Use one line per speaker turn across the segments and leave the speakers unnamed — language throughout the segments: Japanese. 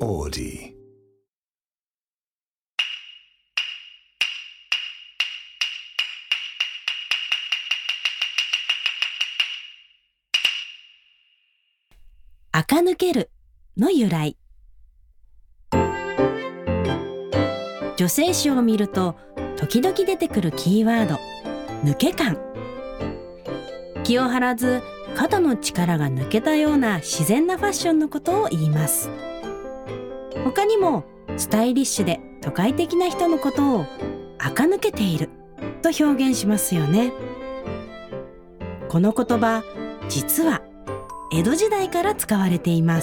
Audi.
垢抜けるの由来。女性誌を見ると時々出てくるキーワード、抜け感。気を張らず肩の力が抜けたような自然なファッションのことを言います。他にもスタイリッシュで都会的な人のことを垢抜けていると表現しますよね。この言葉、実は江戸時代から使われています。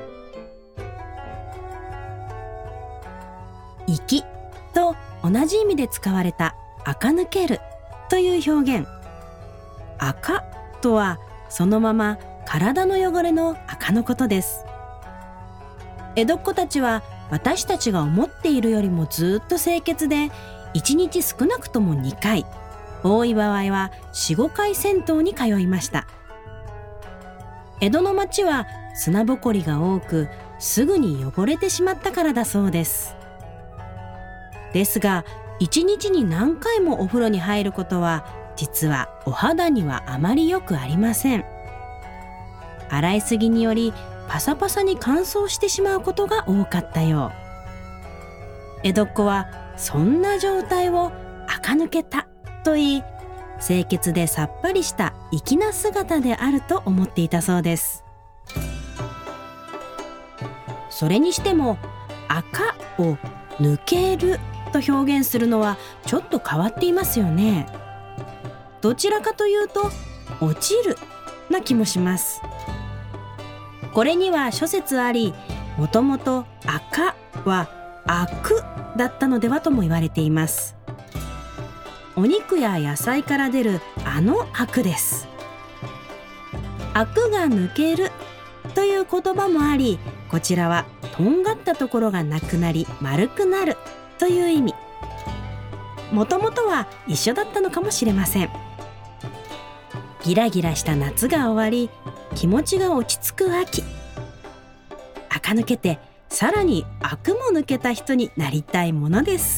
粋と同じ意味で使われた垢抜けるという表現。垢とはそのまま体の汚れの垢のことです。江戸っ子たちは私たちが思っているよりもずっと清潔で、1日少なくとも2回、多い場合は 4,5 回銭湯に通いました。江戸の町は砂ぼこりが多く、すぐに汚れてしまったからだそうです。ですが、1日に何回もお風呂に入ることは、実はお肌にはあまり良くありません。洗いすぎによりパサパサに乾燥してしまうことが多かったよう。江戸っ子はそんな状態を垢抜けたと言い、清潔でさっぱりした粋な姿であると思っていたそうです。それにしても垢を抜けると表現するのはちょっと変わっていますよね。どちらかというと落ちるな気もします。これには諸説あり、もともと垢は悪だったのではとも言われています。お肉や野菜から出るあの悪です。悪が抜けるという言葉もあり、こちらはとんがったところがなくなり丸くなるという意味。もともとは一緒だったのかもしれません。ギラギラした夏が終わり、気持ちが落ち着く秋。垢抜けて、さらに悪も抜けた人になりたいものです。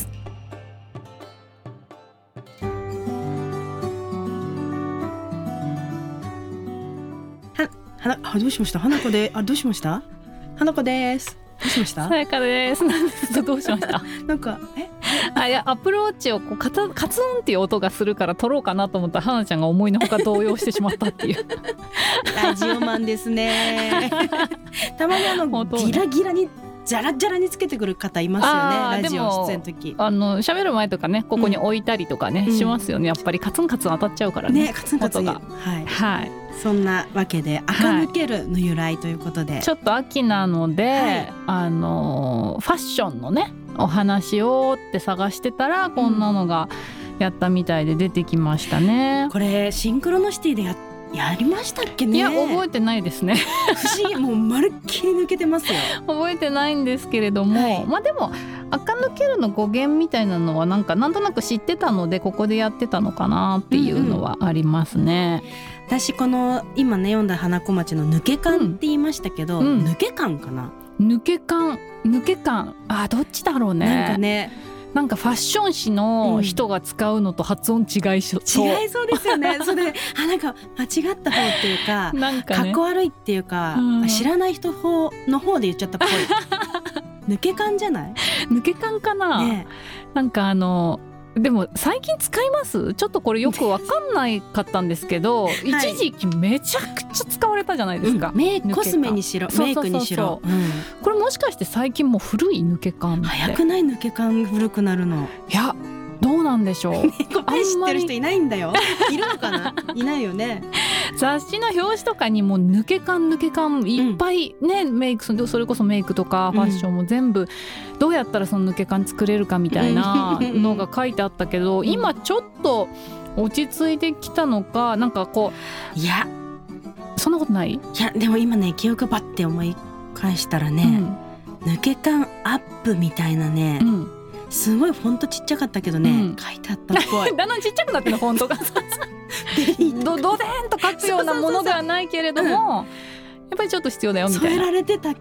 どうしました？花子で、どうしました？花子です。どうしました？
さやかです。どうしました？
なんか
いや、アップルウォッチをこうカツンっていう音がするから撮ろうかなと思ったら、花ちゃんが思いのほか動揺してしまったっていう
ラジオマンですね。たまにギラギラにジャラジャラにつけてくる方いますよね。ラジオ出演の時
喋る前とかね、ここに置いたりとかね、しますよね。やっぱりカツンカツン当たっちゃうからね、
カツンカツンが。はい、そんなわけで垢抜けるの由来ということで、
ちょっと秋なので、ファッションのねお話をって探してたら、こんなのがやったみたいで出てきましたね。
これシンクロノシティでやりましたっけね。
いや、覚えてないですね。
不思議、もうまるっきり抜けてますよ。
覚えてないんですけれども、でも垢抜けるの語源みたいなのはなんとなく知ってたので、ここでやってたのかなっていうのはありますね。
私この今ね読んだ花子町の抜け感って言いましたけど、抜け感かな。
抜け感どっちだろうね。
なんかね、
なんかファッション誌の人が使うのと発音違いそう
ですよね。それでなんか間違った方っていうか、
なんか、ね、
かっこ悪いっていうか、知らない人の方で言っちゃったっぽい。抜け感じゃない？
抜け感かな、ね、なんかでも最近使います？ちょっとこれよく分かんないかったんですけど、一時期めちゃくちゃ使われたじゃないですか。
コスメにしろメイクにしろ。
これもしかして最近もう古い抜け感って
早くない？抜け感古くなるの。
いや、どうなんでしょう。
これ知ってる人いないんだよ。いるのかな？いないよね。
雑誌の表紙とかにも抜け感いっぱいね、メイク、それこそメイクとかファッションも全部どうやったらその抜け感作れるかみたいなのが書いてあったけど、今ちょっと落ち着いてきたのか、なんかこう、いやそんなことない？い
や、でも今ね、記憶ばって思い返したらね、抜け感アップみたいなね、すごいフォントちっちゃかったけどね、書いてあったっぽい。
だんだんちっちゃくなってるフォントがドデーンと書くようなものではないけれども、やっぱりちょっと必要だよみたいな。
添えられてた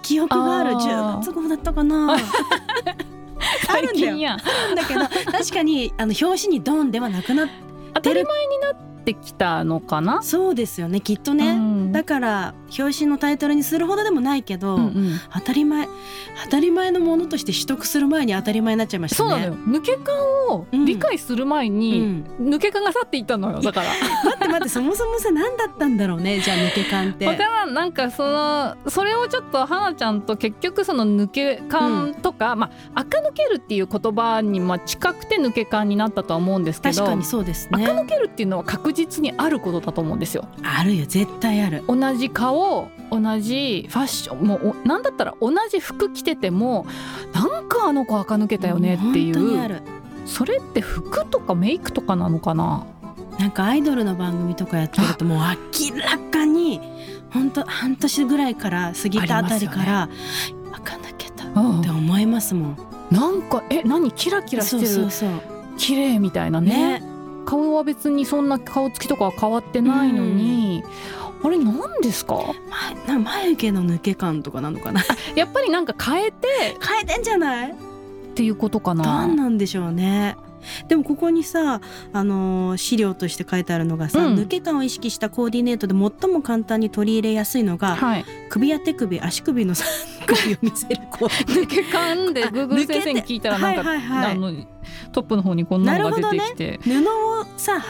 記憶がある。10月号だったかな
最近やん。
だけど確かに表紙にドンではなくなってる。
当たり前になってきたのかな。
そうですよね、きっとね、だから表紙のタイトルにするほどでもないけど、当たり前のものとして取得する前に当たり前になっちゃいましたね。
そうなのよ。抜け感を理解する前に、抜け感が去っていったのよ。だから
待ってそもそもさ何だったんだろうね。じゃあ抜け感って
わからん。なんかそれをちょっと花ちゃんと結局その抜け感とか、垢抜けるっていう言葉に近くて抜け感になったとは思うんですけど、
確かにそうですね。
垢抜けるっていうのは確実にあることだと思うんですよ。
あるよ、絶対ある。
同じ顔、同じファッション、もうなんだったら同じ服着ててもなんかあの子垢抜けたよねっていう、
本当にある。
それって服とかメイクとかなのかな。
なんかアイドルの番組とかやってるともう明らかに本当半年ぐらいから過ぎたあたりから垢抜けたって思いますもん。
なんか何キラキラしてる、綺麗みたいなね。顔は別にそんな顔つきとかは変わってないのに、あれ何ですか。
眉毛の抜け感とかなのかな
やっぱりなんか変えて
んじゃない
っていうことかな。
何なんでしょうね。でもここにさ、資料として書いてあるのがさ、抜け感を意識したコーディネートで最も簡単に取り入れやすいのが、首や手首、足首の首を見せるコーディネート。
抜け感で Google 先生に聞いたらなんか、トップの方にこんなのが出てきて、
布をさ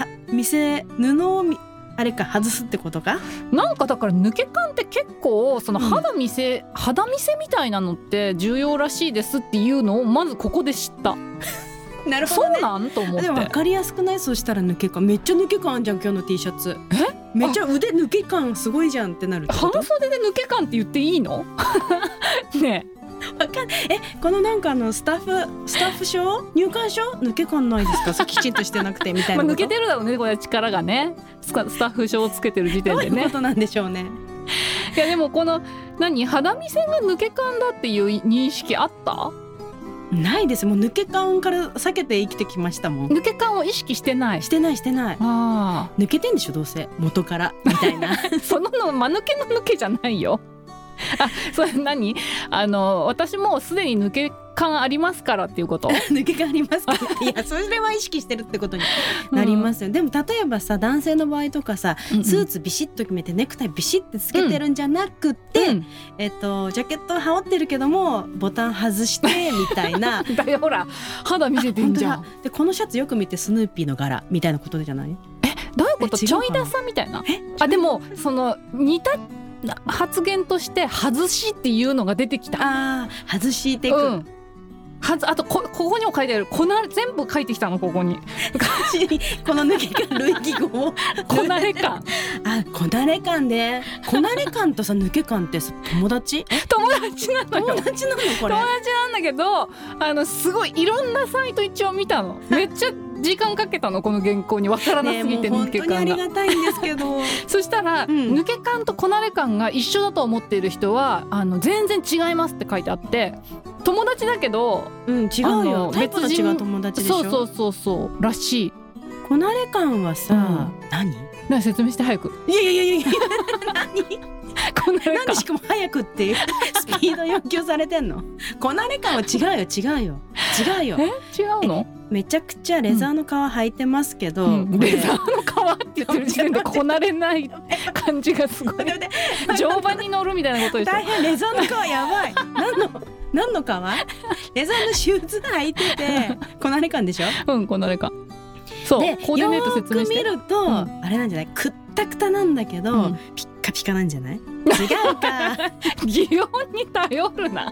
あれか外すってことか。
なんかだから抜け感って結構その肌見せみたいなのって重要らしいですっていうのをまずここで知った。
なるほどね。
そうなんと思って。
でも分かりやすくない？そうしたら抜け感めっちゃ抜け感あんじゃん今日の T シャツ。めっちゃ腕抜け感すごいじゃんってなるってこと。
半袖で抜け感って言っていいのね
このなんかスタッフ証入館証抜け感ないですかきちんとしてなくてみたいな
抜けてるだろうね、これ力がね、スタッフ証をつけてる時点でね。
どういうことなんでしょうね。
いやでもこの肌見せが抜け感だっていう認識あった？
ないです。もう抜け感から避けて生きてきましたもん。
抜け感を意識してない。
抜けてんでしょどうせ元からみたいな
その間抜けの抜けじゃないよ。それ私もうすでに抜け感ありますからっていうこと。
抜け感ありますからいやそれは意識してるってことになりますよ、でも例えばさ男性の場合とかさ、スーツビシッと決めてネクタイビシッてつけてるんじゃなくて、ジャケット羽織ってるけどもボタン外してみたいな
だよほら肌見せてんじゃん。
でこのシャツよく見てスヌーピーの柄みたいなことじゃない？
どういうこと？ちょいダサみたいな。でもその似た発言として外しっていうのが出てきた。
外していく、
あとここにも書いてある全部書いてきたのここに
この抜け感類義語を
こなれ感
こなれ感でこなれ感とさ抜け感ってさ友達
なのよ。
友達なのこれ。
友達なんだけどすごいいろんなサイト一応見たの。めっちゃ時間かけたのこの原稿に。わからなすぎて抜け感が。
本当にありがたいんですけど
そしたら、抜け感とこなれ感が一緒だと思っている人は全然違いますって書いてあって、友達だけど、
違うよタイプの違う友達でしょ。
そうらしい。
こなれ感はさ、
何説明して早く。
いや何
こなれ感
なんでしかも早くってスピード要求されてんの。こなれ感は違うよ。
違うの？
めちゃくちゃレザーの皮履いてますけど、
レザーの皮って言ってる時点でこなれない感じがすごい乗馬に乗るみたいなことでしょ。
大変。レザーの皮やばい何の皮？レザーのシューズ履いててこなれ感でしょ。
こなれ感。そう
で
コーディネート説明して。
よく見ると、あれなんじゃない？くったくたなんだけど、ピッカピカなんじゃない？違うか
擬音に頼るな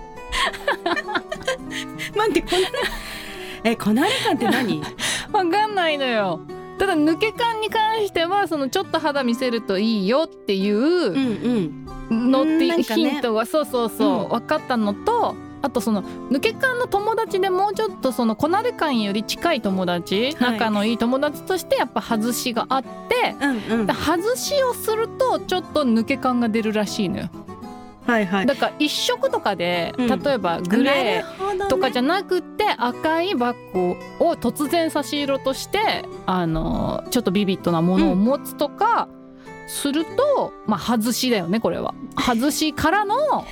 待ってこなれ感って何？
わかんないのよ。ただ抜け感に関してはそのちょっと肌見せるといいよっていうのっていうヒントがそう分かったのと、あとその抜け感の友達でもうちょっとそのこなれ感より近い友達、仲のいい友達としてやっぱ外しがあって、外しをするとちょっと抜け感が出るらしいのよ。だから一色とかで、例えばグレーとかじゃなくて赤いバッグを突然差し色としてちょっとビビッドなものを持つとかすると、外しだよね。これは外しからの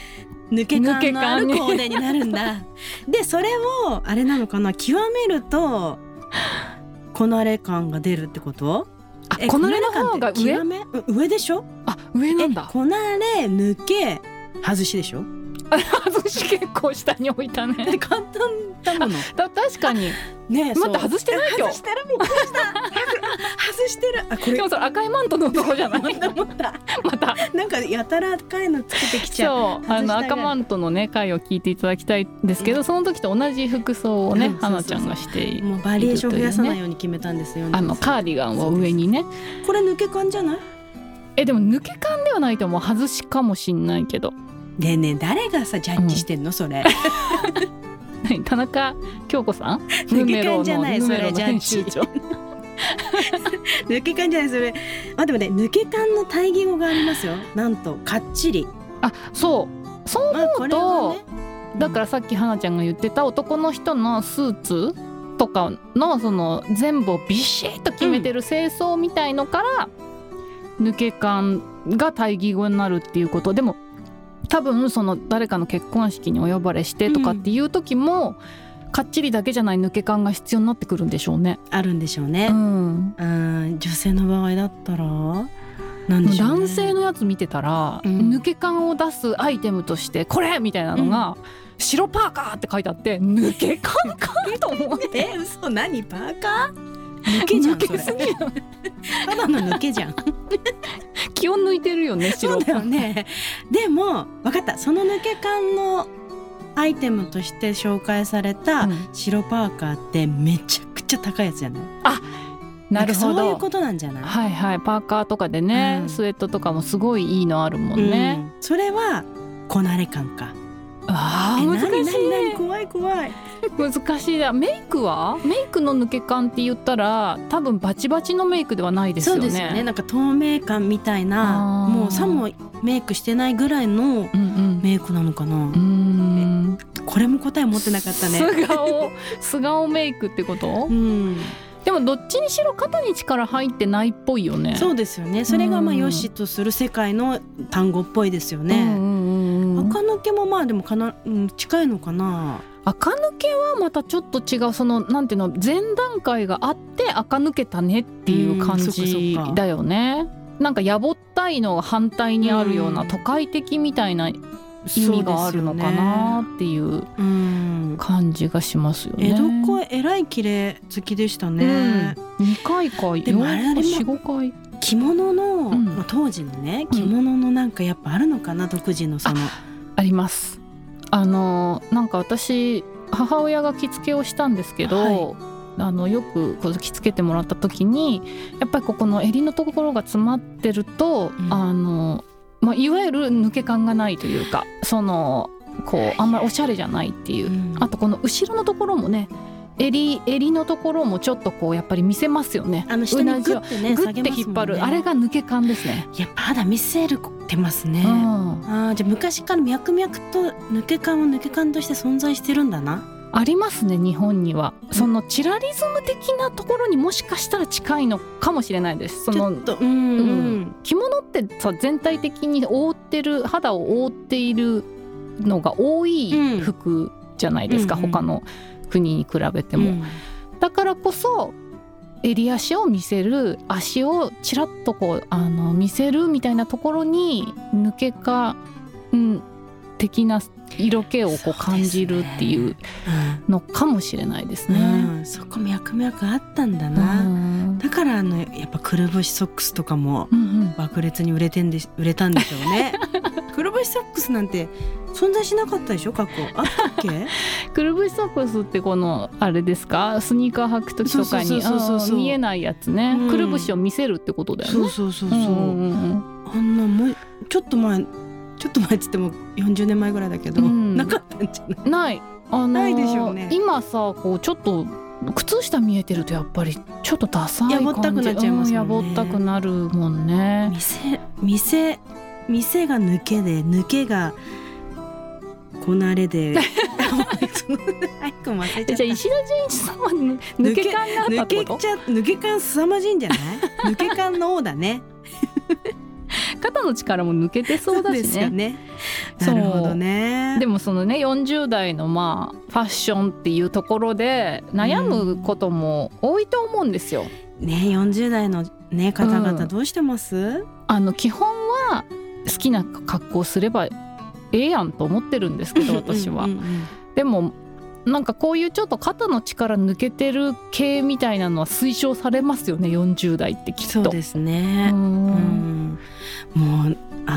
抜け感のあるコーデになるんだでそれをあれなのかな、極めるとこなれ感が出るってこと？
こなれの方が上？
上でしょ？
あ、上なんだ。
こなれ、抜け、外しでしょ？
外し結構下に置いたね。
簡単だもの。
確かに
ね。
待って、外してないよ。
外してる、びっくりした外してる。あ、これ
でもそれ赤いマントのとこじゃない
思った
また
なんかやたら赤いのつけてきちゃう。
そう、赤マントのね回を聞いていただきたいんですけど、その時と同じ服装をね、花ちゃんがしているというね。
もうバリエーション増やさないように決めたんですよね。
カーディガンを上にね。
これ抜け感じゃない？
でも抜け感ではないと思う。外しかもしんないけど。
ねえねえ、誰がさジャッジしてんの、それ
田中京子さん？
抜け感じゃない、それジャッジ
長
抜け感じゃないそれ。あ、でもね、抜け感の対義語がありますよ。なんとかっちり。
あ、そう思うと、だからさっき花ちゃんが言ってた男の人のスーツとかのその全部をビシッと決めてる清掃みたいのから、抜け感が対義語になるっていうことでも、多分その誰かの結婚式にお呼ばれしてとかっていう時も、かっちりだけじゃない抜け感が必要になってくるんでしょうね。
あるんでしょうね。女性の場合だったらなんでしょうね。
男性のやつ見てたら、抜け感を出すアイテムとしてこれみたいなのが、白パーカーって書いてあって、抜け感かと思って
嘘、何パーカー？抜けじゃん、それただの抜けじゃん
気を抜いてるよね、白
そうだよね。でも分かった、その抜け感のアイテムとして紹介された白パーカーってめちゃくちゃ高いやつじゃない？
あ、なるほど、
そういうことなんじゃない？
はいはい、パーカーとかでね、スウェットとかもすごいいいのあるもんね、
それはこなれ感か。
難しい。
何怖い怖い
難しいだ。メイクは？メイクの抜け感って言ったら多分バチバチのメイクではないですよね。
そうですよね。なんか透明感みたいな、もうさもメイクしてないぐらいのメイクなのかな。これも答え持ってなかったね。
素顔メイクってこと？でもどっちにしろ肩に力入ってないっぽいよね。
そうですよね。それがまあ良しとする世界の単語っぽいですよね。垢抜けもまあでも近いのかな。
垢抜けはまたちょっと違う、そのなんていうの、前段階があって垢抜けたねっていう感じだよね。なんかやぼったいのが反対にあるような都会的みたいな意味があるのかなっていう感じがしますよね。
江戸っ子えらい綺麗好きでしたね。
2回か4回4、5回。
着物の、当時のね着物のなんかやっぱあるのかな、独自のその。
あります。なんか私母親が着付けをしたんですけど、よくこう着付けてもらった時にやっぱりここの襟のところが詰まってると、いわゆる抜け感がないというか、そのこうあんまりおしゃれじゃないっていう、あとこの後ろのところもね、襟のところもちょっとこうやっぱり見せますよね。
下にグッてね、
グッて引っ張る、あれが抜け感ですね。
やっぱ肌見せるってますね。じゃあ昔から脈々と抜け感は抜け感として存在してるんだな。
ありますね、日本には。そのチラリズム的なところにもしかしたら近いのかもしれないです。その着物ってさ、全体的に肌を覆っているのが多い服じゃないですか、他の国に比べても、だからこそ襟足を見せる、足をちらっとこう見せるみたいなところに抜け感的な色気をこう感じるっていうのかもしれないですね。
そこ脈々あったんだな。だからやっぱくるぶしソックスとかも爆裂に売れたんでしょうね。くるぶしソックスなんて存在しなかったでしょ、過去。あったっけ？
くるぶしソックスってこのあれですか、スニーカー履く時とかに見えないやつね、くるぶしを見せるってことだよね。
そうあんなもうちょっと前っつっても40年前ぐらいだけど、なかったんじゃない？ないでしょうね。今
さこうちょっと靴下見えてるとやっぱりちょっとダサい感じ、
やぼったくなっちゃいますもんね。
やぼったくなるもんね。
店が抜けで、抜けがこなれでじゃ
あ石田純一さんは抜け感があったってこと？
抜け感凄まじいんじゃない？抜け感の王だね。
肩の力も抜けてそうだしね。
ですよね。 なるほどね。
でもそのね40代のまあファッションっていうところで悩むことも多いと思うんですよ。
ね、40代の、ね、方々どうしてます？
基本は好きな格好すればええやんと思ってるんですけど私は。でもなんかこういうちょっと肩の力抜けてる系みたいなのは推奨されますよね40代ってきっと。
そうですね。もう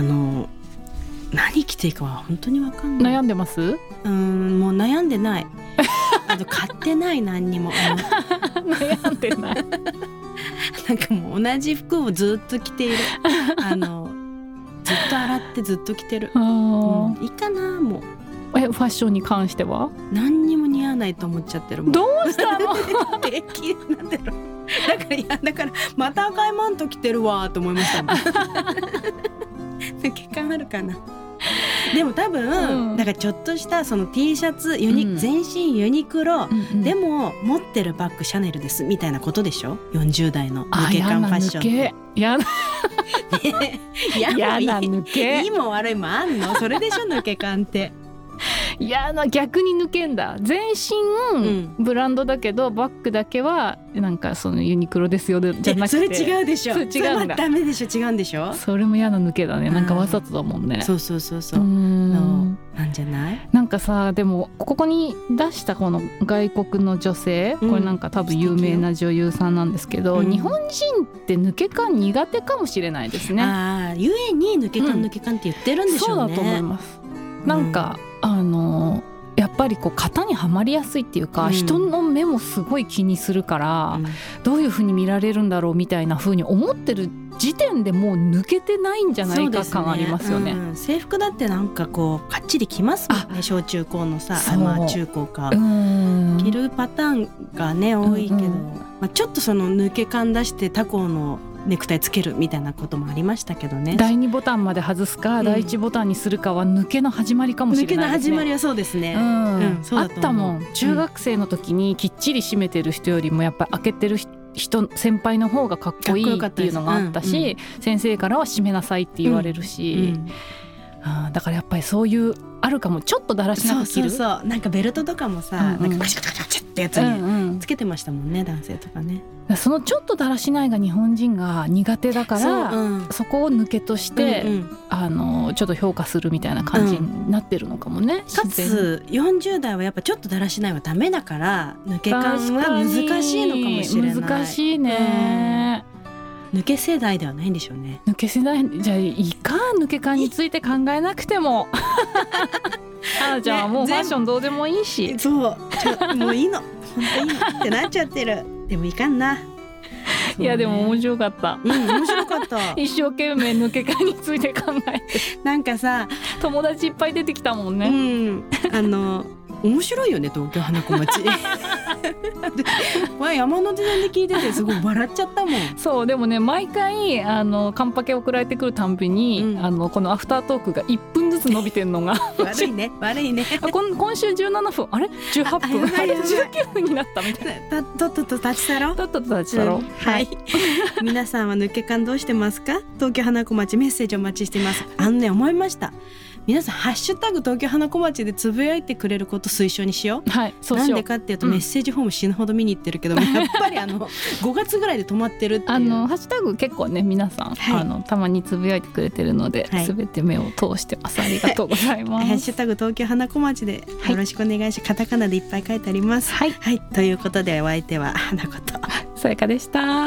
何着ていいかは本当に分かんない。
悩んでます？
もう悩んでない。買ってない、何にも。
悩んでない。
なんかもう同じ服をずっと着ている。ずっと洗ってずっと着てる。いいかな、もう。
ファッションに関しては
何にも似合わないと思っちゃってるもん。
どうしたの？
平気なんだろう。だからまた赤いマント着てるわと思いましたもん。抜け感あるかな。でも多分、なんかちょっとしたその T シャツ全身ユニクロ、でも持ってるバッグシャネルですみたいなことでしょ。40代の抜け感ファッションって。
嫌な抜け。
いいも悪いもあんの？それでしょ抜け感って。
いや逆に抜けんだ。全身ブランドだけど、バッグだけはなんかそのユニクロですよじゃなくて。
それ違うでしょ。
それ違うんだ。
ダメでしょ。違うんでしょ。
それも嫌な抜けだね。なんかわざとだもんね。
そうなんじゃない？
なんかさ、でもここに出したこの外国の女性、これなんか多分有名な女優さんなんですけど、日本人って抜け感苦手かもしれないですね。
ゆえに抜け感って言ってるんでしょうね。
そうだと思います。なんかやっぱりこう型にはまりやすいっていうか、人の目もすごい気にするから、どういう風に見られるんだろうみたいな風に思ってる時点でもう抜けてないんじゃないか感ありますよね。
制服だってなんかこうかっちり着ますもんね。小中高のさ、中高か着るパターンがね多いけど、ちょっとその抜け感出して他校のネクタイつけるみたいなこともありましたけどね。
第2ボタンまで外すか、第1ボタンにするかは抜けの始まりかもしれないですね。
抜けの始まりはそうですね。
あったもん。中学生の時にきっちり締めてる人よりもやっぱり開けてる先輩の方がかっこいいっていうのがあったし、先生からは締めなさいって言われるし、だからやっぱりそういうあるかも。ちょっとだらしなく着る。そうなん
かベルトとかもさ、なんかカチャカチャカチャってやつにつけてましたもんね、男性とかね。
そのちょっとだらしないが日本人が苦手だから、そこを抜けとして、ちょっと評価するみたいな感じになってるのかもね。
かつ40代はやっぱちょっとだらしないはダメだから、抜け感は難しいのかもしれない。
難しいね。
抜け世代ではないんでしょうね。
抜け世代じゃあいいか、抜け感について考えなくても。じゃあもうファッションどうでもいいし、
そうもういいの、本当いいのってなっちゃってる。でもいかんな。
いやでも面白かった。
面白かった。
一生懸命抜け感について考えて、
なんかさ、
友達いっぱい出てきたもんね。
面白いよね、東京花子町。山手線で聞いててすごい笑っちゃったもん。
そうでもね、毎回カンパケ送られてくるたんびに、このアフタートークが1分ずつ伸びてんのが
悪いね。
今週17分、あれ18分、あれ19分になったみたいな。
とっとと立ち去ろう。
はい。
皆さんは抜け感どうしてますか？東京花子町メッセージお待ちしています。思いました。皆さんハッシュタグ東京花子町でつぶやいてくれること推奨にしよう。
はい、そうしよう。
なんでかっていうと、メッセージフォーム死ぬほど見に行ってるけど、やっぱり5月ぐらいで止まってるっていう。
ハッシュタグ結構ね皆さん、たまにつぶやいてくれてるので、すべて目を通してます。ありがとうございます。
ハッシュタグ東京花子町でよろしくお願いします。カタカナでいっぱい書いてあります。はい、ということでお相手は花子と
さやかでした。